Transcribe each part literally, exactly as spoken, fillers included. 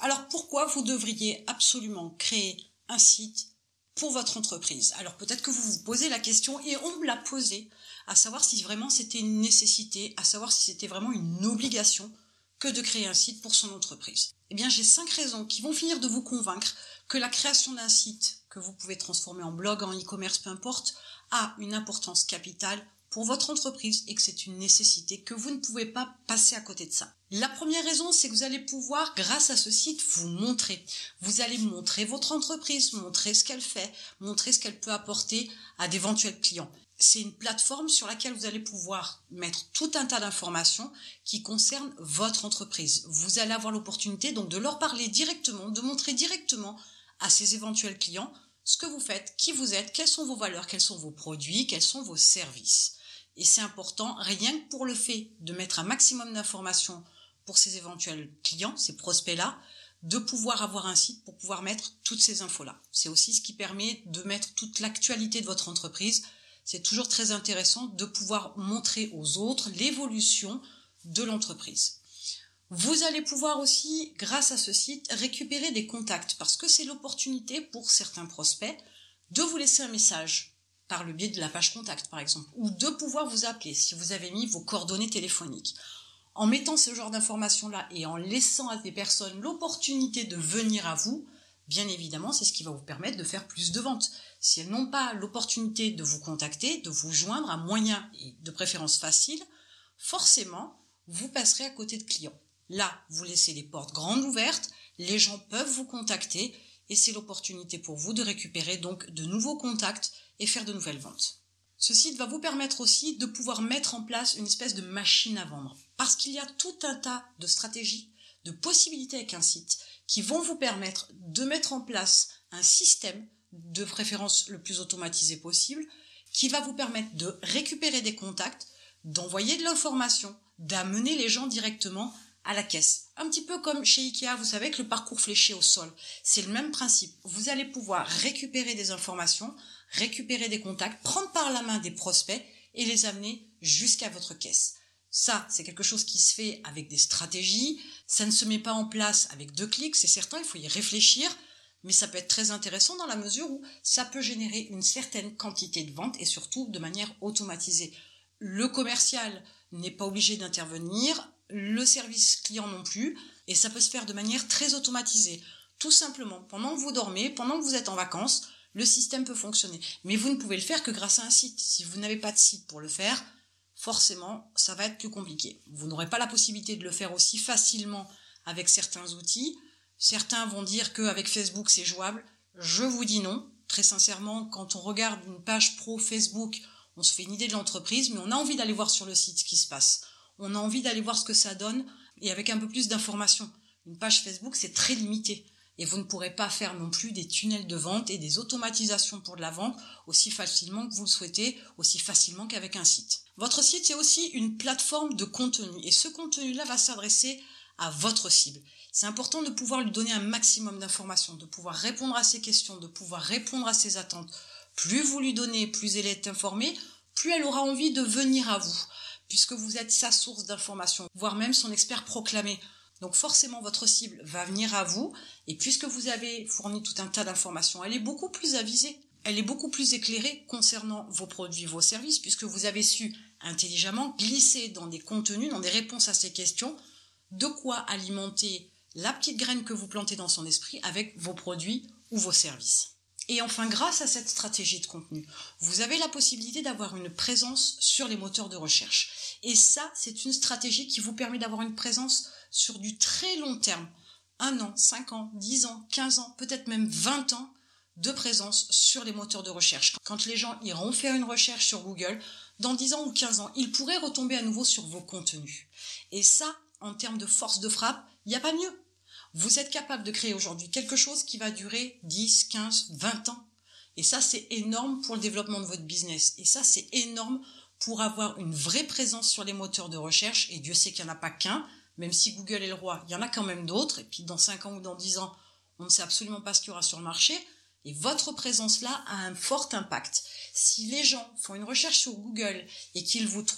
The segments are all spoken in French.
Alors pourquoi vous devriez absolument créer un site pour votre entreprise? Alors peut-être que vous vous posez la question, et on me l'a posée, à savoir si vraiment c'était une nécessité, à savoir si c'était vraiment une obligation que de créer un site pour son entreprise. Eh bien, j'ai cinq raisons qui vont finir de vous convaincre que la création d'un site, que vous pouvez transformer en blog, en e-commerce, peu importe, a une importance capitale pour votre entreprise et que c'est une nécessité, que vous ne pouvez pas passer à côté de ça. La première raison, c'est que vous allez pouvoir, grâce à ce site, vous montrer. Vous allez montrer votre entreprise, montrer ce qu'elle fait, montrer ce qu'elle peut apporter à d'éventuels clients. C'est une plateforme sur laquelle vous allez pouvoir mettre tout un tas d'informations qui concernent votre entreprise. Vous allez avoir l'opportunité donc de leur parler directement, de montrer directement à ces éventuels clients ce que vous faites, qui vous êtes, quelles sont vos valeurs, quels sont vos produits, quels sont vos services. Et c'est important, rien que pour le fait de mettre un maximum d'informations pour ces éventuels clients, ces prospects-là, de pouvoir avoir un site pour pouvoir mettre toutes ces infos-là. C'est aussi ce qui permet de mettre toute l'actualité de votre entreprise. C'est toujours très intéressant de pouvoir montrer aux autres l'évolution de l'entreprise. Vous allez pouvoir aussi, grâce à ce site, récupérer des contacts parce que c'est l'opportunité pour certains prospects de vous laisser un message par le biais de la page contact par exemple, ou de pouvoir vous appeler si vous avez mis vos coordonnées téléphoniques. En mettant ce genre d'informations-là et en laissant à des personnes l'opportunité de venir à vous, bien évidemment, c'est ce qui va vous permettre de faire plus de ventes. Si elles n'ont pas l'opportunité de vous contacter, de vous joindre à moyen et de préférence facile, forcément, vous passerez à côté de clients. Là, vous laissez les portes grandes ouvertes, les gens peuvent vous contacter et c'est l'opportunité pour vous de récupérer donc de nouveaux contacts et faire de nouvelles ventes. Ce site va vous permettre aussi de pouvoir mettre en place une espèce de machine à vendre parce qu'il y a tout un tas de stratégies, de possibilités avec un site qui vont vous permettre de mettre en place un système de préférence le plus automatisé possible qui va vous permettre de récupérer des contacts, d'envoyer de l'information, d'amener les gens directement à la caisse. Un petit peu comme chez Ikea, vous savez que le parcours fléché au sol, c'est le même principe. Vous allez pouvoir récupérer des informations, récupérer des contacts, prendre par la main des prospects et les amener jusqu'à votre caisse. Ça, c'est quelque chose qui se fait avec des stratégies. Ça ne se met pas en place avec deux clics, c'est certain, il faut y réfléchir. Mais ça peut être très intéressant dans la mesure où ça peut générer une certaine quantité de ventes et surtout de manière automatisée. Le commercial n'est pas obligé d'intervenir, le service client non plus, et ça peut se faire de manière très automatisée. Tout simplement, pendant que vous dormez, pendant que vous êtes en vacances, le système peut fonctionner. Mais vous ne pouvez le faire que grâce à un site. Si vous n'avez pas de site pour le faire, forcément, ça va être plus compliqué. Vous n'aurez pas la possibilité de le faire aussi facilement avec certains outils. Certains vont dire qu'avec Facebook, c'est jouable. Je vous dis non. Très sincèrement, quand on regarde une page pro Facebook, on se fait une idée de l'entreprise, mais on a envie d'aller voir sur le site ce qui se passe. On a envie d'aller voir ce que ça donne et avec un peu plus d'informations. Une page Facebook, c'est très limité. Et vous ne pourrez pas faire non plus des tunnels de vente et des automatisations pour de la vente aussi facilement que vous le souhaitez, aussi facilement qu'avec un site. Votre site, c'est aussi une plateforme de contenu. Et ce contenu-là va s'adresser à votre cible. C'est important de pouvoir lui donner un maximum d'informations, de pouvoir répondre à ses questions, de pouvoir répondre à ses attentes. Plus vous lui donnez, plus elle est informée, plus elle aura envie de venir à vous, puisque vous êtes sa source d'information, voire même son expert proclamé. Donc forcément, votre cible va venir à vous, et puisque vous avez fourni tout un tas d'informations, elle est beaucoup plus avisée, elle est beaucoup plus éclairée concernant vos produits, vos services, puisque vous avez su intelligemment glisser dans des contenus, dans des réponses à ces questions, de quoi alimenter la petite graine que vous plantez dans son esprit avec vos produits ou vos services. Et enfin, grâce à cette stratégie de contenu, vous avez la possibilité d'avoir une présence sur les moteurs de recherche. Et ça, c'est une stratégie qui vous permet d'avoir une présence sur du très long terme. Un an, cinq ans, dix ans, quinze ans, peut-être même vingt ans de présence sur les moteurs de recherche. Quand les gens iront faire une recherche sur Google, dans dix ans ou quinze ans, ils pourraient retomber à nouveau sur vos contenus. Et ça, en termes de force de frappe, il n'y a pas mieux. Vous êtes capable de créer aujourd'hui quelque chose qui va durer dix, quinze, vingt ans. Et ça, c'est énorme pour le développement de votre business. Et ça, c'est énorme pour avoir une vraie présence sur les moteurs de recherche. Et Dieu sait qu'il n'y en a pas qu'un. Même si Google est le roi, il y en a quand même d'autres. Et puis dans cinq ans ou dans dix ans, on ne sait absolument pas ce qu'il y aura sur le marché. Et votre présence là a un fort impact. Si les gens font une recherche sur Google et qu'ils vous trouvent,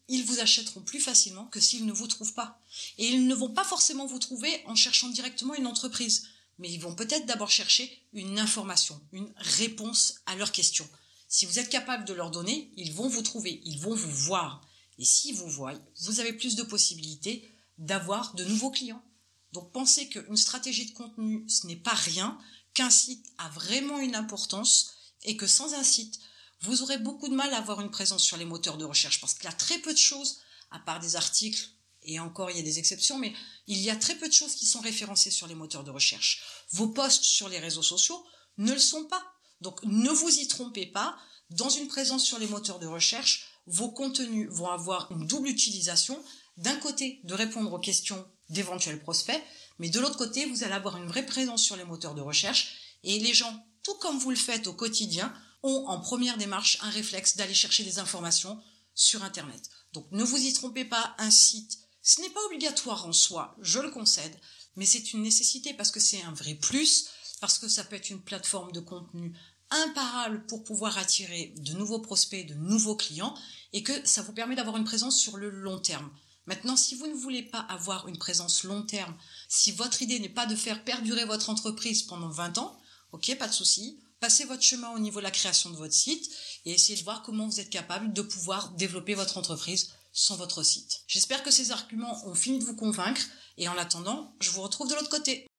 ils vous achèteront plus facilement que s'ils ne vous trouvent pas. Et ils ne vont pas forcément vous trouver en cherchant directement une entreprise, mais ils vont peut-être d'abord chercher une information, une réponse à leurs questions. Si vous êtes capable de leur donner, ils vont vous trouver, ils vont vous voir. Et s'ils vous voient, vous avez plus de possibilités d'avoir de nouveaux clients. Donc pensez qu'une stratégie de contenu, ce n'est pas rien, qu'un site a vraiment une importance et que sans un site, vous aurez beaucoup de mal à avoir une présence sur les moteurs de recherche parce qu'il y a très peu de choses, à part des articles, et encore il y a des exceptions, mais il y a très peu de choses qui sont référencées sur les moteurs de recherche. Vos posts sur les réseaux sociaux ne le sont pas. Donc ne vous y trompez pas, dans une présence sur les moteurs de recherche, vos contenus vont avoir une double utilisation. D'un côté, de répondre aux questions d'éventuels prospects, mais de l'autre côté, vous allez avoir une vraie présence sur les moteurs de recherche et les gens, tout comme vous le faites au quotidien, ont en première démarche un réflexe d'aller chercher des informations sur Internet. Donc ne vous y trompez pas, un site, ce n'est pas obligatoire en soi, je le concède, mais c'est une nécessité parce que c'est un vrai plus, parce que ça peut être une plateforme de contenu imparable pour pouvoir attirer de nouveaux prospects, de nouveaux clients, et que ça vous permet d'avoir une présence sur le long terme. Maintenant, si vous ne voulez pas avoir une présence long terme, si votre idée n'est pas de faire perdurer votre entreprise pendant vingt ans, ok, pas de souci, passez votre chemin au niveau de la création de votre site et essayez de voir comment vous êtes capable de pouvoir développer votre entreprise sans votre site. J'espère que ces arguments ont fini de vous convaincre et en attendant, je vous retrouve de l'autre côté.